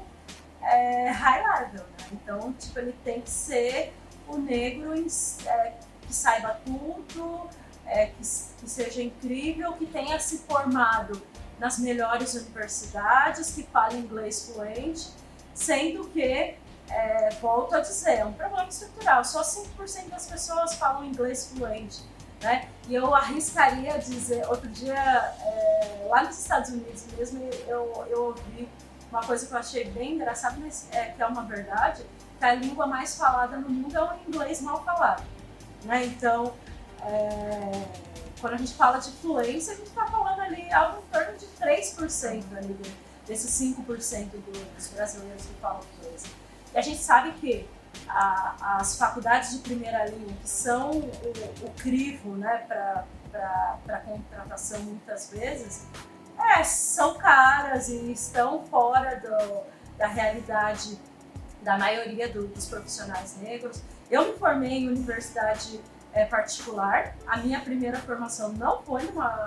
high level, né? Então, ele tem que ser o negro que saiba tudo, que seja incrível, que tenha se formado nas melhores universidades, que fale inglês fluente, sendo que, volto a dizer, é um problema estrutural. Só 5% das pessoas falam inglês fluente, né? E eu arriscaria dizer, outro dia, lá nos Estados Unidos mesmo, eu ouvi uma coisa que eu achei bem engraçada, mas que é uma verdade, que a língua mais falada no mundo é o inglês mal falado, né? Então, quando a gente fala de fluência, a gente está falando ali algo em torno de 3% ali desses 5% dos brasileiros que falam inglês. E a gente sabe que as faculdades de primeira linha, que são o crivo, né, para contratação muitas vezes, são caras e estão fora da realidade da maioria dos profissionais negros. Eu me formei em universidade particular. A minha primeira formação não foi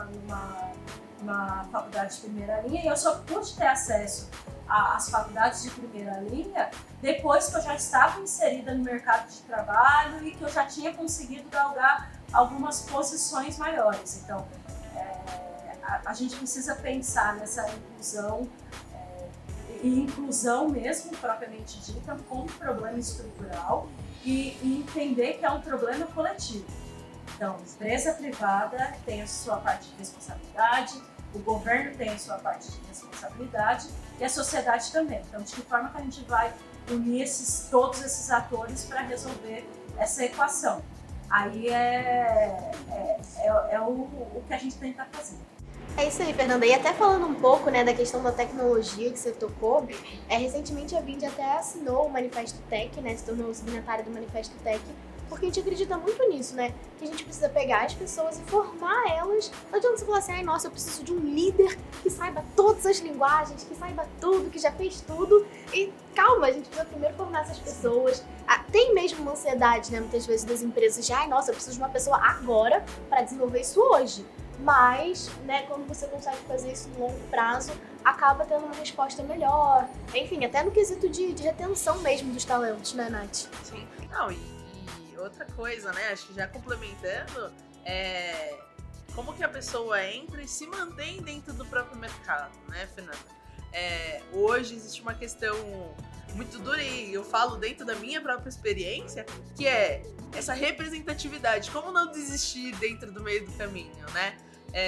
numa faculdade de primeira linha, e eu só pude ter acesso às faculdades de primeira linha depois que eu já estava inserida no mercado de trabalho e que eu já tinha conseguido galgar algumas posições maiores. Então, a gente precisa pensar nessa inclusão, e inclusão mesmo, propriamente dita, como problema estrutural, e entender que é um problema coletivo. Então, a empresa privada tem a sua parte de responsabilidade, o governo tem a sua parte de responsabilidade e a sociedade também. Então, de que forma que a gente vai unir todos esses atores para resolver essa equação? aí o que a gente tenta fazer. É isso aí, Fernanda. E até falando um pouco, né, da questão da tecnologia que você tocou, recentemente a Vindi até assinou o Manifesto Tech, né, se tornou signatária do Manifesto Tech, porque a gente acredita muito nisso, né, que a gente precisa pegar as pessoas e formar elas. Não adianta você falar assim, ai, nossa, eu preciso de um líder que saiba todas as linguagens, que saiba tudo, que já fez tudo. E calma, a gente precisa primeiro formar essas pessoas. Tem mesmo uma ansiedade, né, muitas vezes das empresas de, ai, nossa, eu preciso de uma pessoa agora para desenvolver isso hoje. Mas, né, quando você consegue fazer isso no longo prazo, acaba tendo uma resposta melhor. Enfim, até no quesito de retenção mesmo dos talentos, né, Nath? Sim. Não, e outra coisa, né, acho que já complementando, como que a pessoa entra e se mantém dentro do próprio mercado, né, Fernanda? Hoje existe uma questão muito dura, e eu falo dentro da minha própria experiência, que é essa representatividade. Como não desistir dentro do meio do caminho, né?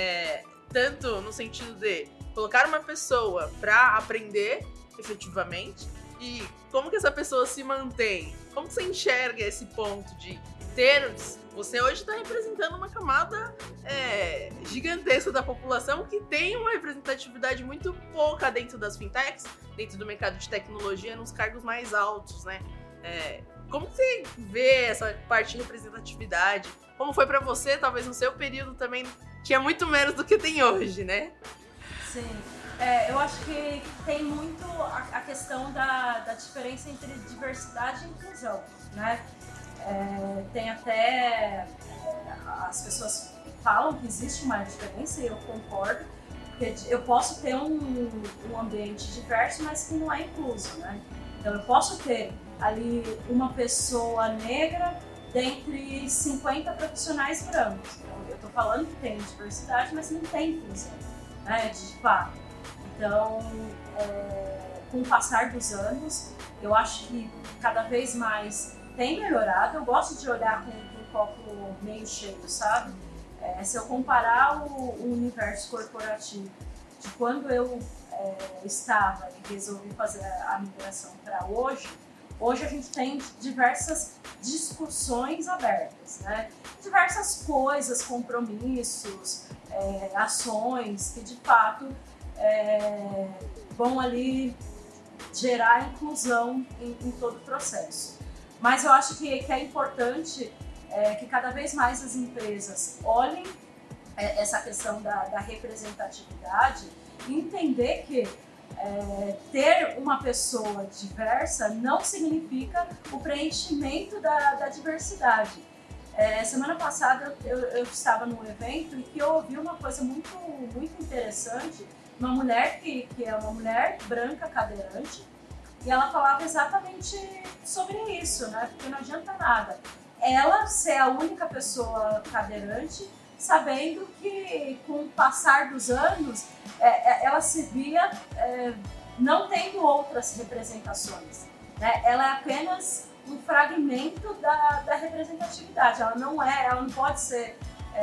Tanto no sentido de colocar uma pessoa para aprender efetivamente, e como que essa pessoa se mantém? Como que você enxerga esse ponto de ter... Você hoje está representando uma camada gigantesca da população que tem uma representatividade muito pouca dentro das fintechs, dentro do mercado de tecnologia, nos cargos mais altos, né? Como você vê essa parte de representatividade? Como foi para você, talvez no seu período também, tinha muito menos do que tem hoje, né? Sim. Eu acho que tem muito a questão da diferença entre diversidade e inclusão, né? Tem até... as pessoas falam que existe uma diferença, e eu concordo, porque eu posso ter um ambiente diverso, mas que não é incluso, né? Então eu posso ter ali uma pessoa negra dentre 50 profissionais brancos. Então, eu estou falando que tem diversidade, mas não tem inclusão, né, de fato. Então, com o passar dos anos, eu acho que cada vez mais tem melhorado. Eu gosto de olhar com um copo meio cheio, sabe? Se eu comparar o universo corporativo de quando eu estava e resolvi fazer a migração para hoje a gente tem diversas discussões abertas, né? Diversas coisas, compromissos, ações que de fato vão ali gerar inclusão em todo o processo. Mas eu acho que é importante que cada vez mais as empresas olhem essa questão da representatividade e entender que ter uma pessoa diversa não significa o preenchimento da diversidade. Semana passada eu estava num evento e que eu ouvi uma coisa muito, muito interessante, uma mulher que é uma mulher branca cadeirante, e ela falava exatamente sobre isso, né? Porque não adianta nada ela ser a única pessoa cadeirante, sabendo que com o passar dos anos ela se via não tendo outras representações, né? Ela é apenas um fragmento da representatividade, ela não pode ser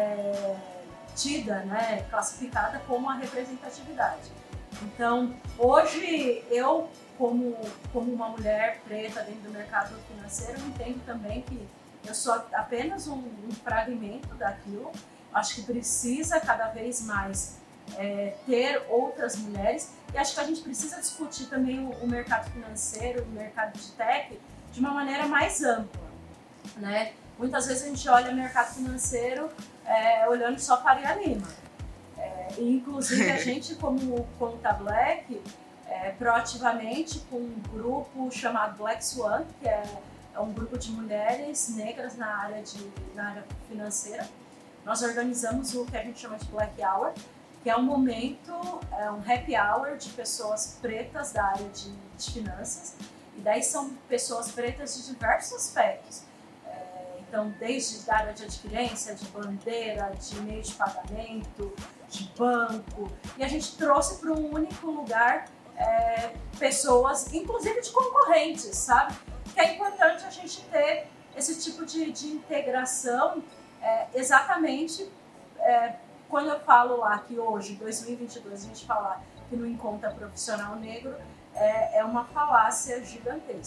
tida, né, classificada como a representatividade. Então, hoje eu, como uma mulher preta dentro do mercado financeiro, entendo também que eu sou apenas um fragmento daquilo. Acho que precisa cada vez mais ter outras mulheres, e acho que a gente precisa discutir também o mercado financeiro, o mercado de tech, de uma maneira mais ampla, né? Muitas vezes a gente olha o mercado financeiro olhando só Faria Lima. E inclusive a gente, como Conta Black, proativamente com um grupo chamado Black Swan, que é um grupo de mulheres negras na área financeira, nós organizamos o que a gente chama de Black Hour, que é um momento, um happy hour de pessoas pretas da área de finanças, e daí são pessoas pretas de diversos aspectos. Então, desde a área de adquirência, de bandeira, de meio de pagamento, de banco, e a gente trouxe para um único lugar pessoas, inclusive de concorrentes, sabe? Que é importante a gente ter esse tipo de integração, exatamente quando eu falo lá que hoje, 2022, a gente falar que não encontra profissional negro, é uma falácia gigantesca.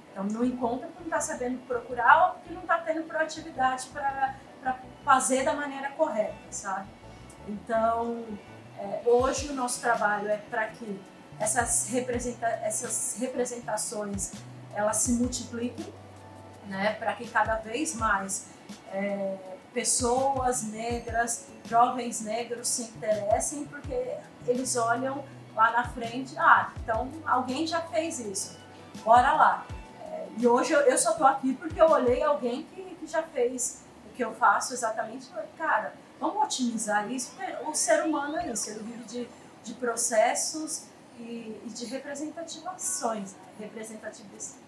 Então não encontra porque não está sabendo procurar ou porque não está tendo proatividade para fazer da maneira correta, sabe? Então, hoje o nosso trabalho é para que essas representações elas se multipliquem, né? Para que cada vez mais pessoas negras, jovens negros se interessem, porque eles olham lá na frente, então alguém já fez isso, bora lá. E hoje eu só tô aqui porque eu olhei alguém que já fez o que eu faço exatamente, e falei, cara, vamos otimizar isso, porque o ser humano é isso, ele vive de processos e de representativações, representatividade.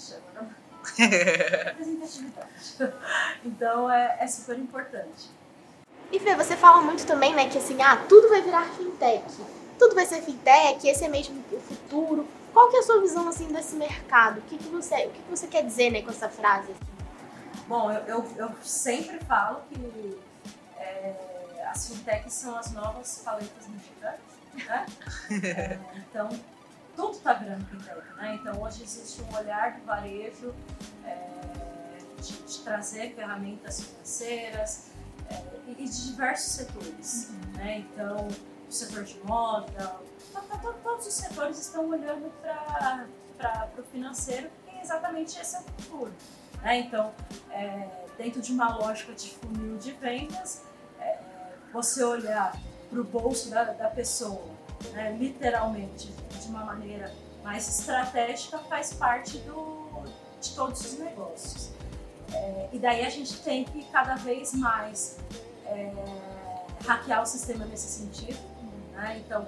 Então é super importante. E Fê, você fala muito também, né, que assim, tudo vai virar fintech. Tudo vai ser fintech, esse é mesmo o futuro. Qual que é a sua visão, assim, desse mercado? O que você quer dizer, né, com essa frase? Bom, eu sempre falo que as fintechs são as novas paletas mexicanas, né? Então, tudo está virando fintech, né? Então, hoje existe um olhar do varejo de trazer ferramentas financeiras e de diversos setores, né? Então, o setor de moda, todos os setores estão olhando para o financeiro, porque exatamente esse é o futuro, né? Então, dentro de uma lógica de funil de vendas, você olhar para o bolso da pessoa, né, literalmente, de uma maneira mais estratégica, faz parte de todos os negócios. E daí a gente tem que cada vez mais hackear o sistema nesse sentido, né? Então,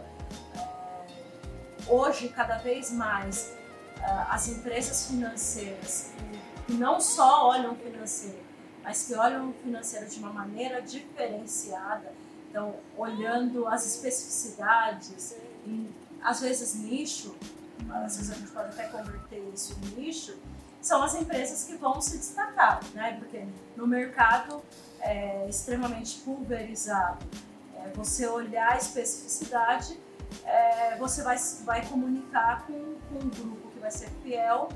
hoje, cada vez mais, as empresas financeiras que não só olham o financeiro, mas que olham o financeiro de uma maneira diferenciada, então, olhando as especificidades, às vezes nicho, às vezes a gente pode até converter isso em nicho, são as empresas que vão se destacar, né? Porque no mercado extremamente pulverizado, você olhar a especificidade, você vai comunicar com um grupo que vai ser fiel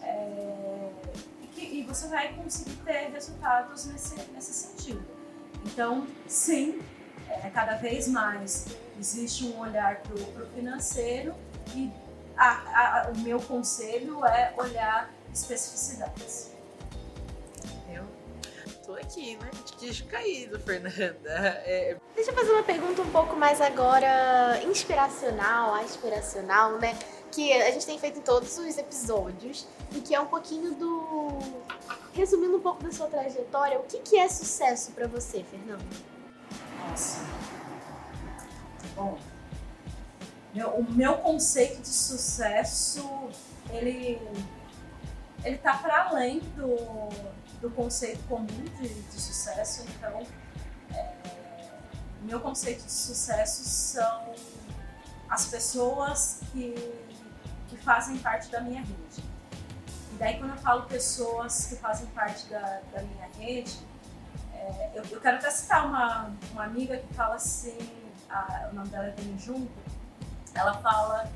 e você vai conseguir ter resultados nesse sentido. Então, sim, cada vez mais existe um olhar para o financeiro e o meu conselho é olhar especificidades. Eu tô aqui, né? De queixo caído, Fernanda. Deixa eu fazer uma pergunta um pouco mais agora aspiracional, né? Que a gente tem feito em todos os episódios e que é um pouquinho resumindo um pouco da sua trajetória, o que é sucesso para você, Fernanda? Nossa. Bom, o meu conceito de sucesso, ele tá para além do conceito comum de sucesso. Então, meu conceito de sucesso são as pessoas que fazem parte da minha rede. E daí, quando eu falo pessoas que fazem parte da minha rede, eu quero até citar uma amiga que fala assim, o nome dela é Dani Junco, ela fala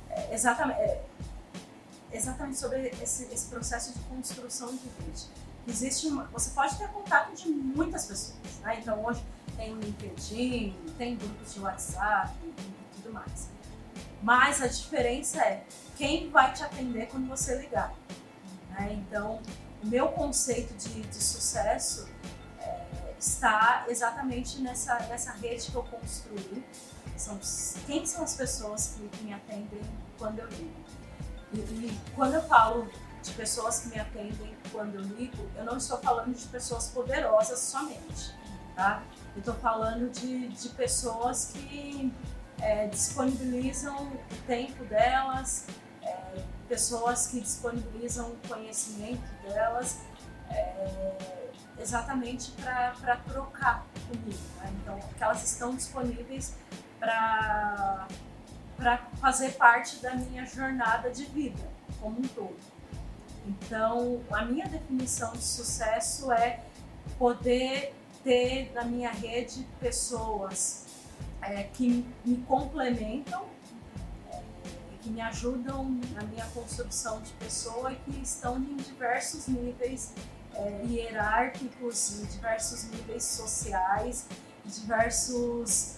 exatamente sobre esse processo de construção de rede. Você pode ter contato de muitas pessoas, né? Então hoje tem LinkedIn, tem grupos de WhatsApp e tudo mais. Mas a diferença é quem vai te atender quando você ligar, né? Então, o meu conceito de sucesso está exatamente nessa rede que eu construí. Quem são as pessoas que me atendem quando eu ligo? E quando eu falo de pessoas que me atendem quando eu ligo, eu não estou falando de pessoas poderosas somente, tá? Eu estou falando de pessoas que disponibilizam o tempo delas, pessoas que disponibilizam o conhecimento delas, exatamente para trocar comigo, né? Então, que elas estão disponíveis para fazer parte da minha jornada de vida como um todo. Então, a minha definição de sucesso é poder ter na minha rede pessoas que me complementam, que me ajudam na minha construção de pessoa e que estão em diversos níveis hierárquicos, em diversos níveis sociais, em diversos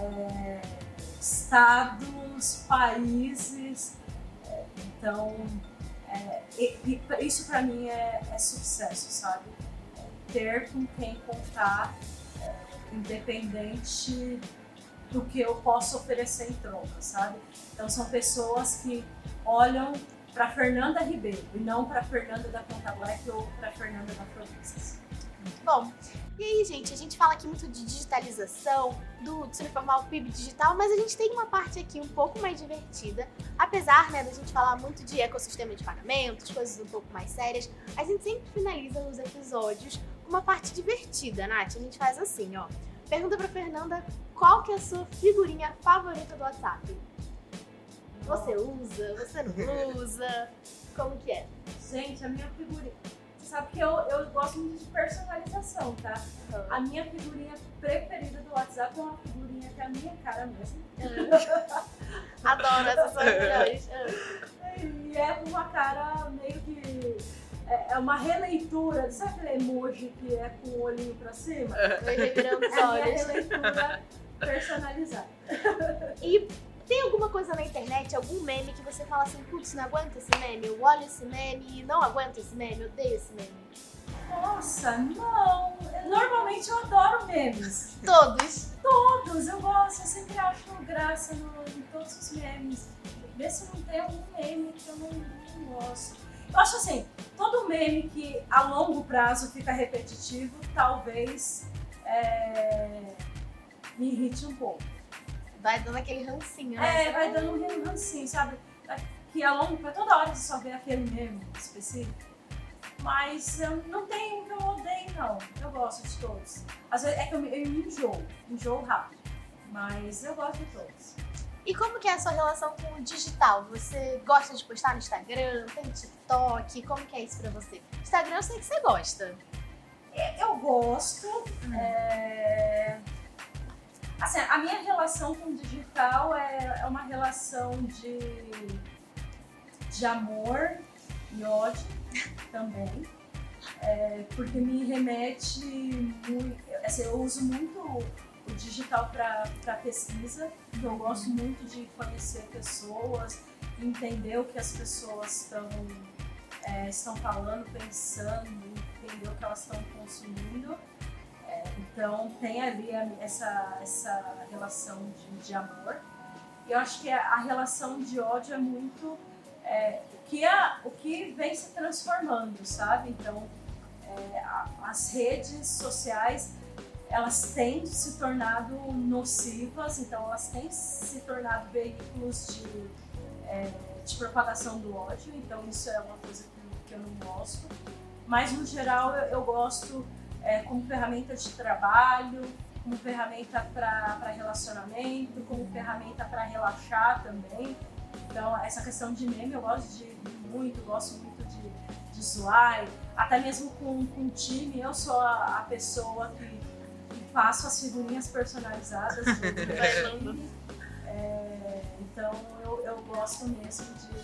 estados, países. Então, isso para mim é sucesso, sabe? Ter com quem contar, independente do que eu posso oferecer em troca, sabe? Então são pessoas que olham para Fernanda Ribeiro e não para Fernanda da Conta Black ou para Fernanda da Afrobusiness. Bom, e aí, gente, a gente fala aqui muito de digitalização, de transformar o PIB digital, mas a gente tem uma parte aqui um pouco mais divertida. Apesar, né, da gente falar muito de ecossistema de pagamentos, coisas um pouco mais sérias, a gente sempre finaliza os episódios com uma parte divertida, Nath. A gente faz assim, ó. Pergunta pra Fernanda qual que é a sua figurinha favorita do WhatsApp. Você usa? Você não usa? Como que é? Gente, a minha figurinha... Você sabe que eu gosto muito de personalização, tá? A minha figurinha preferida do WhatsApp é uma figurinha que é a minha cara mesmo. Adoro, essas são as melhores. E é uma cara meio que... É uma releitura, sabe aquele emoji que é com o olhinho pra cima? Vai revirando os É a minha olhos. releitura personalizada. E tem alguma coisa na internet, algum meme que você fala assim, putz, não aguento esse meme, eu olho esse meme, não aguento esse meme, eu odeio esse meme? Nossa, não! Normalmente eu adoro memes. Todos. Todos, eu gosto, eu sempre acho graça em todos os memes. Vê se não tem algum meme que eu não gosto. Eu acho assim, todo meme que a longo prazo fica repetitivo, talvez me irrite um pouco. Vai dando aquele rancinho, né? Vai dando um rancinho, sabe? Que a longo prazo, toda hora você só vê aquele meme específico. Mas eu não tenho um que eu odeio, não. Eu gosto de todos. Às vezes é que eu enjoo rápido. Mas eu gosto de todos. E como que é a sua relação com o digital? Você gosta de postar no Instagram? Tem TikTok? Como que é isso pra você? Instagram eu sei que você gosta. Eu gosto. Assim, a minha relação com o digital é uma relação de amor e ódio também. Porque me remete muito... Assim, eu uso muito o digital para pesquisa, então eu gosto muito de conhecer pessoas, entender o que as pessoas estão falando, pensando, entender o que elas estão consumindo. Então tem ali essa relação de amor. E eu acho que a relação de ódio é muito o que vem se transformando, sabe? Então as redes sociais, elas têm se tornado nocivas, então elas têm se tornado veículos de propagação do ódio, então isso é uma coisa que eu não gosto. Mas no geral eu gosto como ferramenta de trabalho, como ferramenta para relacionamento, como ferramenta para relaxar também. Então essa questão de meme eu gosto gosto muito de zoar, até mesmo com o time. Eu sou a pessoa que faço as figurinhas personalizadas do time. Então eu gosto mesmo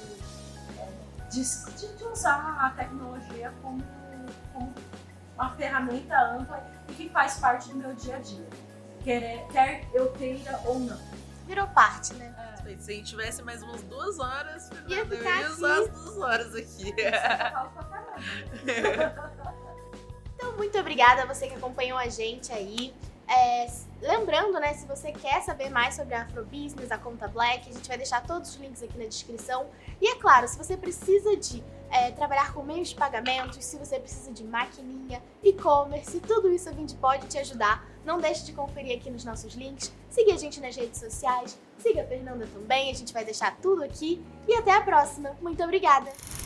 de usar a tecnologia como uma ferramenta ampla e que faz parte do meu dia a dia, quer eu queira ou não. Virou parte, né? Se a gente tivesse mais umas 2 horas, Ia eu ficar ia usar as 2 horas aqui. Eu falo pra caramba. Então, muito obrigada a você que acompanhou a gente aí. Lembrando, né, se você quer saber mais sobre a Afrobusiness, a Conta Black, a gente vai deixar todos os links aqui na descrição. E é claro, se você precisa de trabalhar com meios de pagamentos, se você precisa de maquininha, e-commerce, tudo isso a Vindi pode te ajudar. Não deixe de conferir aqui nos nossos links, siga a gente nas redes sociais, siga a Fernanda também, a gente vai deixar tudo aqui. E até a próxima. Muito obrigada!